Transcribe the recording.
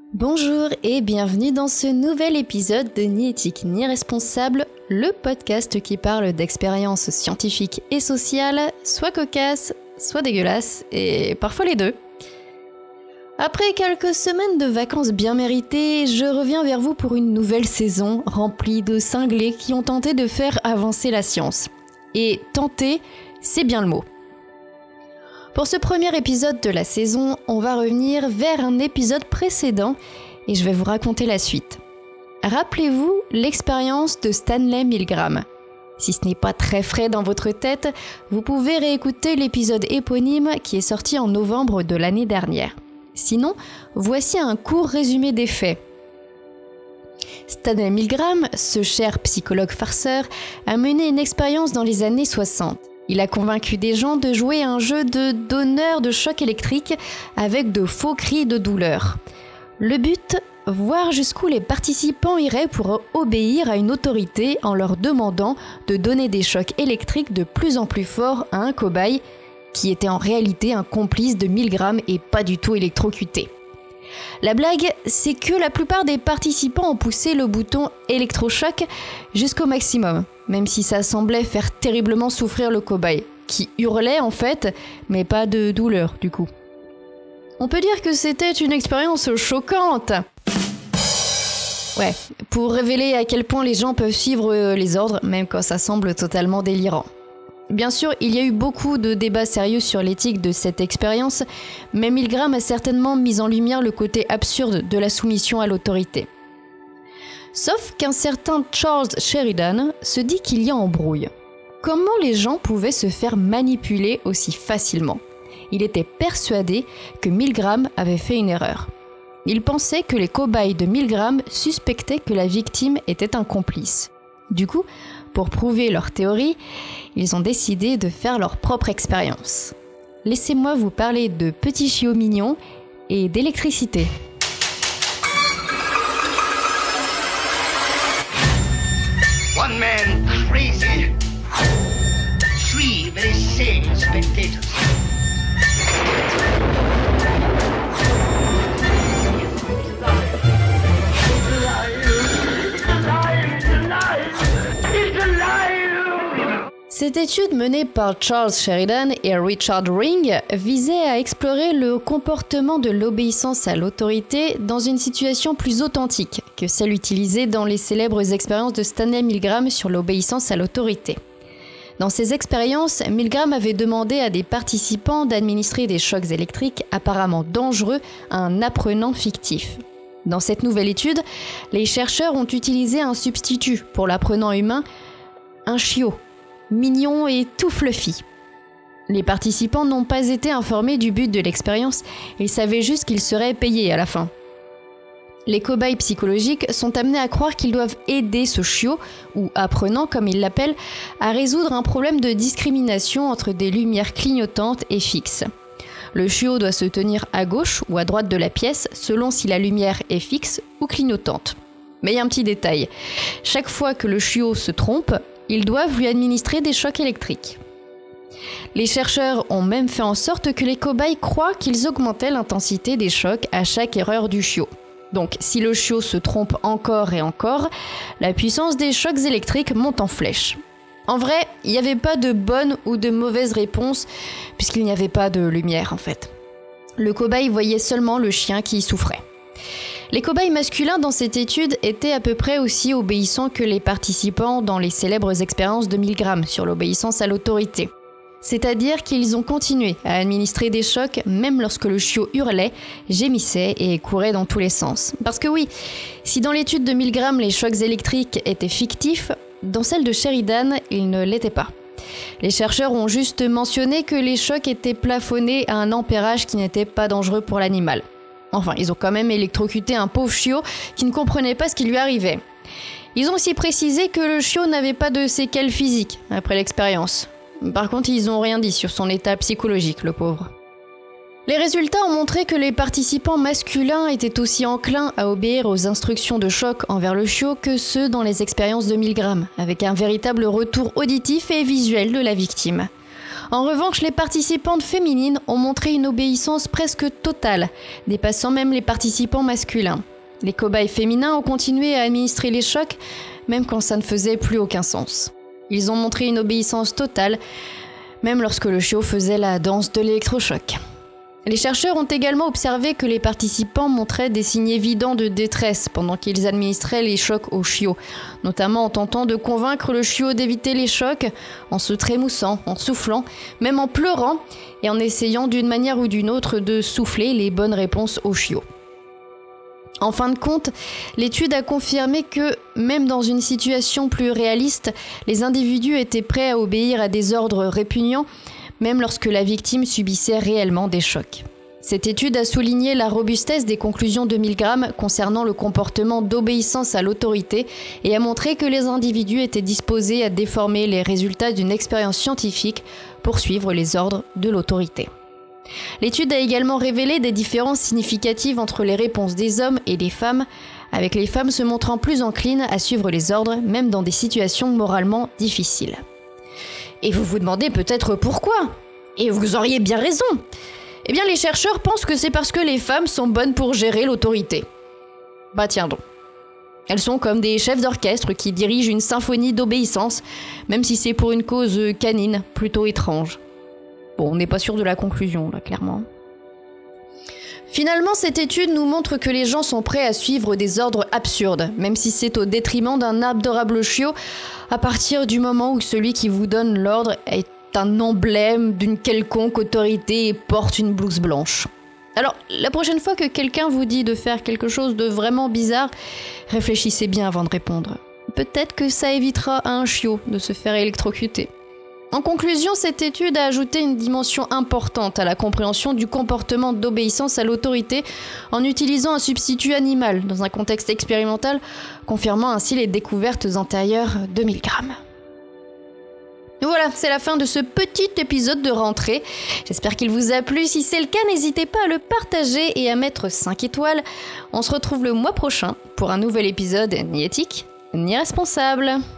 Bonjour et bienvenue dans ce nouvel épisode de Ni éthique ni responsable, le podcast qui parle d'expériences scientifiques et sociales, soit cocasses, soit dégueulasses, et parfois les deux. Après quelques semaines de vacances bien méritées, je reviens vers vous pour une nouvelle saison remplie de cinglés qui ont tenté de faire avancer la science. Et tenter, c'est bien le mot. Pour ce premier épisode de la saison, on va revenir vers un épisode précédent et je vais vous raconter la suite. Rappelez-vous l'expérience de Stanley Milgram. Si ce n'est pas très frais dans votre tête, vous pouvez réécouter l'épisode éponyme qui est sorti en novembre de l'année dernière. Sinon, voici un court résumé des faits. Stanley Milgram, ce cher psychologue farceur, a mené une expérience dans les années 60. Il a convaincu des gens de jouer à un jeu de donneur de choc électrique avec de faux cris de douleur. Le but, voir jusqu'où les participants iraient pour obéir à une autorité en leur demandant de donner des chocs électriques de plus en plus forts à un cobaye qui était en réalité un complice de Milgram et pas du tout électrocuté. La blague, c'est que la plupart des participants ont poussé le bouton électrochoc jusqu'au maximum, même si ça semblait faire terriblement souffrir le cobaye, qui hurlait en fait, mais pas de douleur du coup. On peut dire que c'était une expérience choquante. Ouais, pour révéler à quel point les gens peuvent suivre les ordres, même quand ça semble totalement délirant. Bien sûr, il y a eu beaucoup de débats sérieux sur l'éthique de cette expérience, mais Milgram a certainement mis en lumière le côté absurde de la soumission à l'autorité. Sauf qu'un certain Charles Sheridan se dit qu'il y a embrouille. Comment les gens pouvaient se faire manipuler aussi facilement ? Il était persuadé que Milgram avait fait une erreur. Il pensait que les cobayes de Milgram suspectaient que la victime était un complice. Du coup, pour prouver leur théorie, ils ont décidé de faire leur propre expérience. Laissez-moi vous parler de petits chiots mignons et d'électricité. One man crazy, three very sane spectators. Cette étude menée par Charles Sheridan et Richard Ring visait à explorer le comportement de l'obéissance à l'autorité dans une situation plus authentique que celle utilisée dans les célèbres expériences de Stanley Milgram sur l'obéissance à l'autorité. Dans ces expériences, Milgram avait demandé à des participants d'administrer des chocs électriques apparemment dangereux à un apprenant fictif. Dans cette nouvelle étude, les chercheurs ont utilisé un substitut pour l'apprenant humain, un chiot, mignon et tout fluffy. Les participants n'ont pas été informés du but de l'expérience, ils savaient juste qu'ils seraient payés à la fin. Les cobayes psychologiques sont amenés à croire qu'ils doivent aider ce chiot, ou apprenant comme ils l'appellent, à résoudre un problème de discrimination entre des lumières clignotantes et fixes. Le chiot doit se tenir à gauche ou à droite de la pièce selon si la lumière est fixe ou clignotante. Mais il y a un petit détail, chaque fois que le chiot se trompe, ils doivent lui administrer des chocs électriques. Les chercheurs ont même fait en sorte que les cobayes croient qu'ils augmentaient l'intensité des chocs à chaque erreur du chiot. Donc, si le chiot se trompe encore et encore, la puissance des chocs électriques monte en flèche. En vrai, il n'y avait pas de bonne ou de mauvaise réponse, puisqu'il n'y avait pas de lumière en fait. Le cobaye voyait seulement le chien qui souffrait. Les cobayes masculins dans cette étude étaient à peu près aussi obéissants que les participants dans les célèbres expériences de Milgram sur l'obéissance à l'autorité. C'est-à-dire qu'ils ont continué à administrer des chocs même lorsque le chiot hurlait, gémissait et courait dans tous les sens. Parce que oui, si dans l'étude de Milgram les chocs électriques étaient fictifs, dans celle de Sheridan, ils ne l'étaient pas. Les chercheurs ont juste mentionné que les chocs étaient plafonnés à un ampérage qui n'était pas dangereux pour l'animal. Enfin, ils ont quand même électrocuté un pauvre chiot qui ne comprenait pas ce qui lui arrivait. Ils ont aussi précisé que le chiot n'avait pas de séquelles physiques après l'expérience. Par contre, ils n'ont rien dit sur son état psychologique, le pauvre. Les résultats ont montré que les participants masculins étaient aussi enclins à obéir aux instructions de choc envers le chiot que ceux dans les expériences de Milgram, avec un véritable retour auditif et visuel de la victime. En revanche, les participantes féminines ont montré une obéissance presque totale, dépassant même les participants masculins. Les cobayes féminins ont continué à administrer les chocs, même quand ça ne faisait plus aucun sens. Ils ont montré une obéissance totale, même lorsque le chiot faisait la danse de l'électrochoc. Les chercheurs ont également observé que les participants montraient des signes évidents de détresse pendant qu'ils administraient les chocs au chiot, notamment en tentant de convaincre le chiot d'éviter les chocs, en se trémoussant, en soufflant, même en pleurant et en essayant d'une manière ou d'une autre de souffler les bonnes réponses au chiot. En fin de compte, l'étude a confirmé que, même dans une situation plus réaliste, les individus étaient prêts à obéir à des ordres répugnants, même lorsque la victime subissait réellement des chocs. Cette étude a souligné la robustesse des conclusions de Milgram concernant le comportement d'obéissance à l'autorité et a montré que les individus étaient disposés à déformer les résultats d'une expérience scientifique pour suivre les ordres de l'autorité. L'étude a également révélé des différences significatives entre les réponses des hommes et des femmes, avec les femmes se montrant plus enclines à suivre les ordres, même dans des situations moralement difficiles. Et vous vous demandez peut-être pourquoi ? Et vous auriez bien raison. Eh bien, les chercheurs pensent que c'est parce que les femmes sont bonnes pour gérer l'autorité. Bah tiens donc. Elles sont comme des chefs d'orchestre qui dirigent une symphonie d'obéissance, même si c'est pour une cause canine, plutôt étrange. Bon, on n'est pas sûr de la conclusion, là, clairement. Finalement, cette étude nous montre que les gens sont prêts à suivre des ordres absurdes, même si c'est au détriment d'un adorable chiot, à partir du moment où celui qui vous donne l'ordre est un emblème d'une quelconque autorité et porte une blouse blanche. Alors, la prochaine fois que quelqu'un vous dit de faire quelque chose de vraiment bizarre, réfléchissez bien avant de répondre. Peut-être que ça évitera à un chiot de se faire électrocuter. En conclusion, cette étude a ajouté une dimension importante à la compréhension du comportement d'obéissance à l'autorité en utilisant un substitut animal dans un contexte expérimental, confirmant ainsi les découvertes antérieures de Milgram. Voilà, c'est la fin de ce petit épisode de rentrée. J'espère qu'il vous a plu. Si c'est le cas, n'hésitez pas à le partager et à mettre 5 étoiles. On se retrouve le mois prochain pour un nouvel épisode ni éthique, ni responsable.